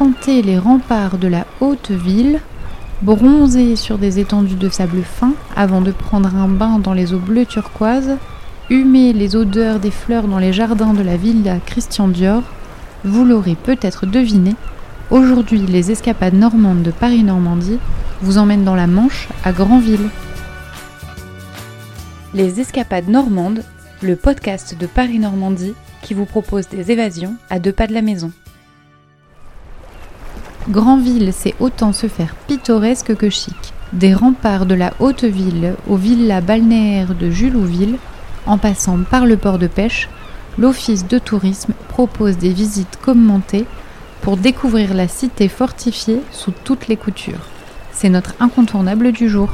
arpenter les remparts de la haute ville, bronzer sur des étendues de sable fin avant de prendre un bain dans les eaux bleues turquoises, humer les odeurs des fleurs dans les jardins de la villa Christian Dior, vous l'aurez peut-être deviné, aujourd'hui les escapades normandes de Paris-Normandie vous emmènent dans la Manche à Granville. Les escapades normandes, le podcast de Paris-Normandie qui vous propose des évasions à 2 pas de la maison. Granville, c'est autant se faire pittoresque que chic. Des remparts de la haute ville aux villas balnéaires de Julouville, en passant par le port de pêche, l'Office de tourisme propose des visites commentées pour découvrir la cité fortifiée sous toutes les coutures. C'est notre incontournable du jour.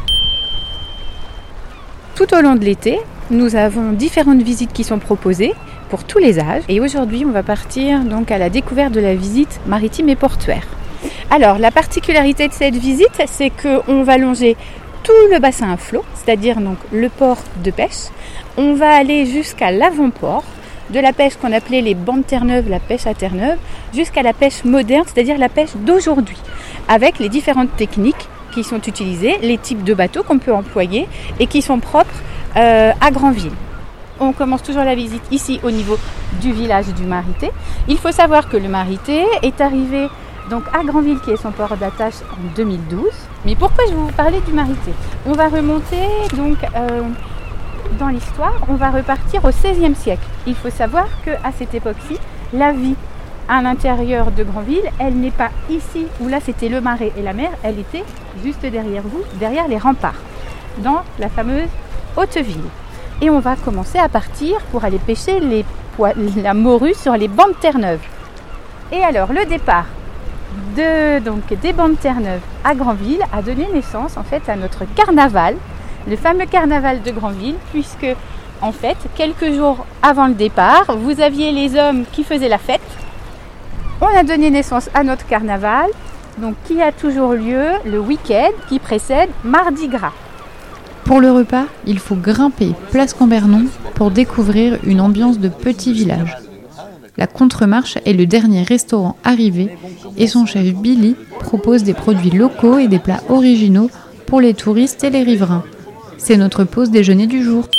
Tout au long de l'été, nous avons différentes visites qui sont proposées pour tous les âges. Et aujourd'hui, on va partir donc à la découverte de la visite maritime et portuaire. Alors, la particularité de cette visite, c'est qu'on va longer tout le bassin à flot, c'est-à-dire donc le port de pêche. On va aller jusqu'à l'avant-port, de la pêche qu'on appelait les bancs de Terre-Neuve, la pêche à Terre-Neuve, jusqu'à la pêche moderne, c'est-à-dire la pêche d'aujourd'hui, avec les différentes techniques qui sont utilisées, les types de bateaux qu'on peut employer et qui sont propres à Granville. On commence toujours la visite ici au niveau du village du Marité. Il faut savoir que le Marité est arrivé donc à Granville, qui est son port d'attache en 2012. Mais pourquoi je vais vous parler du Marité ? On va remonter donc dans l'histoire, on va repartir au XVIe siècle. Il faut savoir qu'à cette époque-ci, la vie à l'intérieur de Granville, elle n'est pas ici où là c'était le marais et la mer, elle était juste derrière vous, derrière les remparts, dans la fameuse Haute-Ville. Et on va commencer à partir pour aller pêcher la morue sur les bancs de Terre-Neuve. Et alors le départ des bancs de Terre-Neuve à Granville a donné naissance en fait à notre carnaval, le fameux carnaval de Granville, puisque en fait quelques jours avant le départ, vous aviez les hommes qui faisaient la fête. On a donné naissance à notre carnaval, donc qui a toujours lieu le week-end qui précède Mardi Gras. Pour le repas, il faut grimper place Cambernon pour découvrir une ambiance de petit village. La Contremarche est le dernier restaurant arrivé et son chef Billy propose des produits locaux et des plats originaux pour les touristes et les riverains. C'est notre pause déjeuner du jour.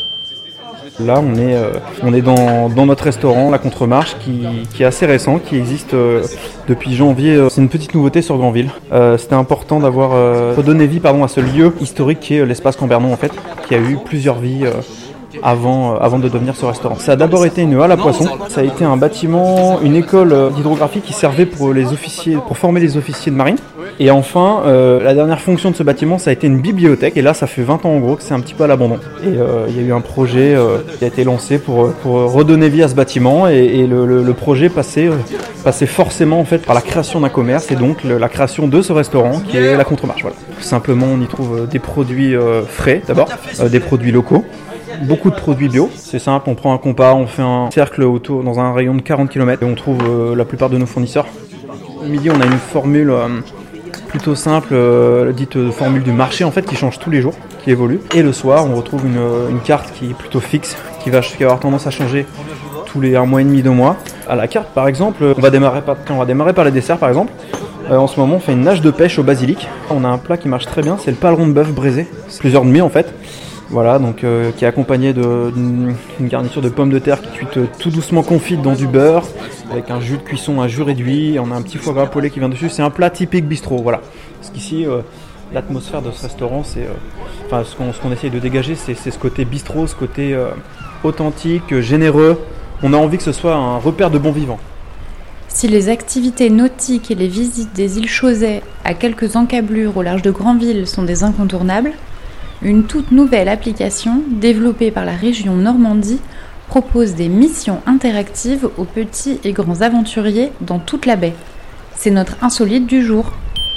Là, on est dans notre restaurant, la Contremarche, qui est assez récent, qui existe depuis janvier. C'est une petite nouveauté sur Granville. C'était important d'avoir redonné vie à ce lieu historique qui est l'espace Cambernon, en fait, qui a eu plusieurs vies avant de devenir ce restaurant. Ça a d'abord été une halle à poissons. Ça a été un bâtiment, une école d'hydrographie qui servait pour former les officiers de marine. Et enfin, la dernière fonction de ce bâtiment, ça a été une bibliothèque. Et là, ça fait 20 ans en gros que c'est un petit peu à l'abandon. Et il y a eu un projet qui a été lancé pour redonner vie à ce bâtiment. Et le projet passait forcément en fait par la création d'un commerce et donc la création de ce restaurant qui est la Contremarche. Voilà. Simplement, on y trouve des produits frais d'abord, des produits locaux. Beaucoup de produits bio, c'est simple, on prend un compas, on fait un cercle autour dans un rayon de 40 km et on trouve la plupart de nos fournisseurs. Le midi, on a une formule plutôt simple, dite formule du marché en fait, qui change tous les jours, qui évolue. Et le soir, on retrouve une carte qui est plutôt fixe, qui va avoir tendance à changer tous les 1 mois et demi, 2 mois. À la carte, par exemple, on va démarrer par les desserts, par exemple. En ce moment, on fait une nage de pêche au basilic. On a un plat qui marche très bien, c'est le paleron de bœuf braisé. C'est plusieurs demi en fait. Voilà, donc qui est accompagné d'une garniture de pommes de terre qui cuite tout doucement confite dans du beurre, avec un jus de cuisson, un jus réduit, on a un petit foie gras poêlé qui vient dessus, c'est un plat typique bistrot, voilà. Parce qu'ici, l'atmosphère de ce restaurant, ce qu'on essaye de dégager, c'est ce côté bistrot, ce côté authentique, généreux. On a envie que ce soit un repère de bons vivants. Si les activités nautiques et les visites des îles Chausey à quelques encablures au large de Granville sont des incontournables, une toute nouvelle application développée par la région Normandie propose des missions interactives aux petits et grands aventuriers dans toute la baie. C'est notre insolite du jour.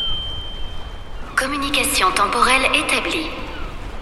Communication temporelle établie. Allô ?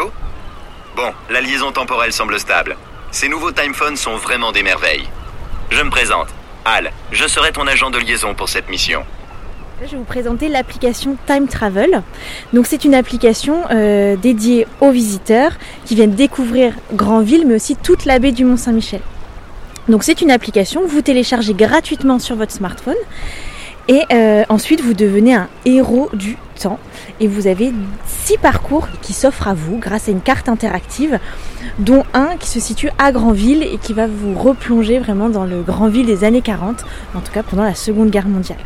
Bon, la liaison temporelle semble stable. Ces nouveaux timephones sont vraiment des merveilles. Je me présente, Al. Je serai ton agent de liaison pour cette mission. Je vais vous présenter l'application Time Travel. Donc c'est une application dédiée aux visiteurs qui viennent découvrir Granville, mais aussi toute la baie du Mont-Saint-Michel. Donc c'est une application que vous téléchargez gratuitement sur votre smartphone Et ensuite, vous devenez un héros du temps. Et vous avez 6 parcours qui s'offrent à vous grâce à une carte interactive, dont un qui se situe à Granville et qui va vous replonger vraiment dans le Granville des années 40, en tout cas pendant la Seconde Guerre mondiale.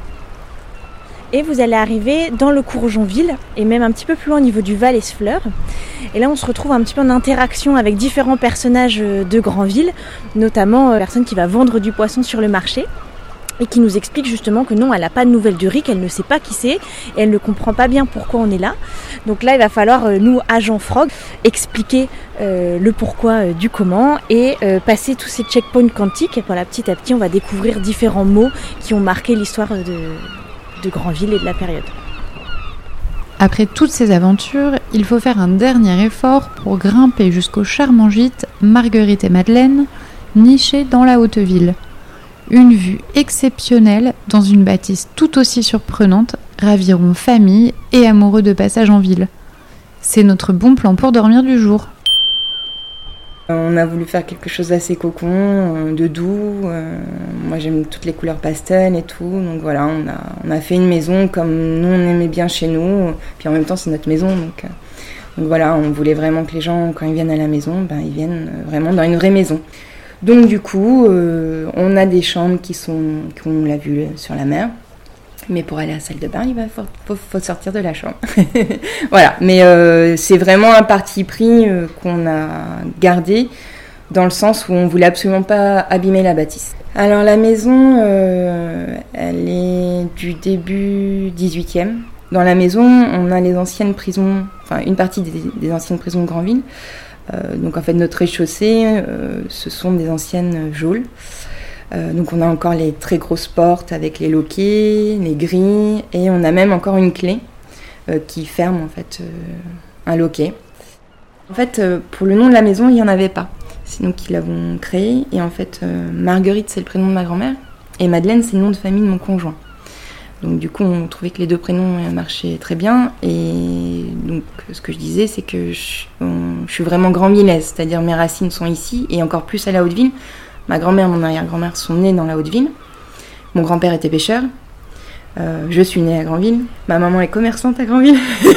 Et vous allez arriver dans le cours Jonville, et même un petit peu plus loin au niveau du Val-Esfleur. Et là, on se retrouve un petit peu en interaction avec différents personnages de Granville, notamment personne qui va vendre du poisson sur le marché, et qui nous explique justement que non, elle n'a pas de nouvelles du riz, qu'elle ne sait pas qui c'est, et elle ne comprend pas bien pourquoi on est là. Donc là, il va falloir, nous, agents Frog, expliquer le pourquoi du comment, et passer tous ces checkpoints quantiques. Voilà, petit à petit, on va découvrir différents mots qui ont marqué l'histoire de Granville et de la période. Après toutes ces aventures, il faut faire un dernier effort pour grimper jusqu'au charmant gîte Marguerite et Madeleine, niché dans la Haute-Ville. Une vue exceptionnelle dans une bâtisse tout aussi surprenante raviront famille et amoureux de passage en ville. C'est notre bon plan pour dormir du jour. On a voulu faire quelque chose d'assez cocon, de doux. Moi j'aime toutes les couleurs pastel et tout. Donc voilà, on a fait une maison comme nous on aimait bien chez nous. Puis en même temps c'est notre maison. Donc voilà, on voulait vraiment que les gens quand ils viennent à la maison, ils viennent vraiment dans une vraie maison. Donc du coup, on a des chambres qui ont la vue sur la mer. Mais pour aller à la salle de bain, il faut sortir de la chambre. Voilà, mais c'est vraiment un parti pris qu'on a gardé dans le sens où on voulait absolument pas abîmer la bâtisse. Alors la maison, elle est du début 18e. Dans la maison, on a les anciennes prisons, enfin une partie des anciennes prisons de Granville. Donc en fait notre rez-de-chaussée, ce sont des anciennes geôles. Donc on a encore les très grosses portes avec les loquets, les grilles, et on a même encore une clé qui ferme en fait un loquet. En fait pour le nom de la maison il n'y en avait pas, c'est nous qui l'avons créé, et en fait Marguerite c'est le prénom de ma grand-mère et Madeleine c'est le nom de famille de mon conjoint. Donc du coup on trouvait que les deux prénoms marchaient très bien, et donc ce que je disais c'est que je suis vraiment granvillaise, c'est-à-dire mes racines sont ici et encore plus à la Haute-Ville. Ma grand-mère, mon arrière-grand-mère sont nées dans la Haute-Ville. Mon grand-père était pêcheur. Je suis née à Granville. Ma maman est commerçante à Granville.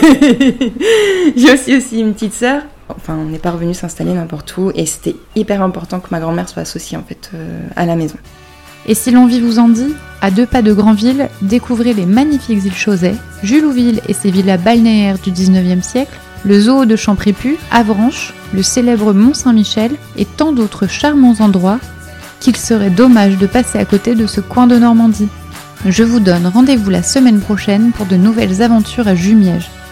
J'ai aussi une petite sœur. Enfin, on n'est pas revenu s'installer n'importe où, et c'était hyper important que ma grand-mère soit associée en fait à la maison. Et si l'envie vous en dit, à 2 pas de Granville, découvrez les magnifiques îles Chausey, Julouville et ses villas balnéaires du 19e siècle, le zoo de Champrépu, Avranches, le célèbre Mont-Saint-Michel et tant d'autres charmants endroits qu'il serait dommage de passer à côté de ce coin de Normandie. Je vous donne rendez-vous la semaine prochaine pour de nouvelles aventures à Jumièges.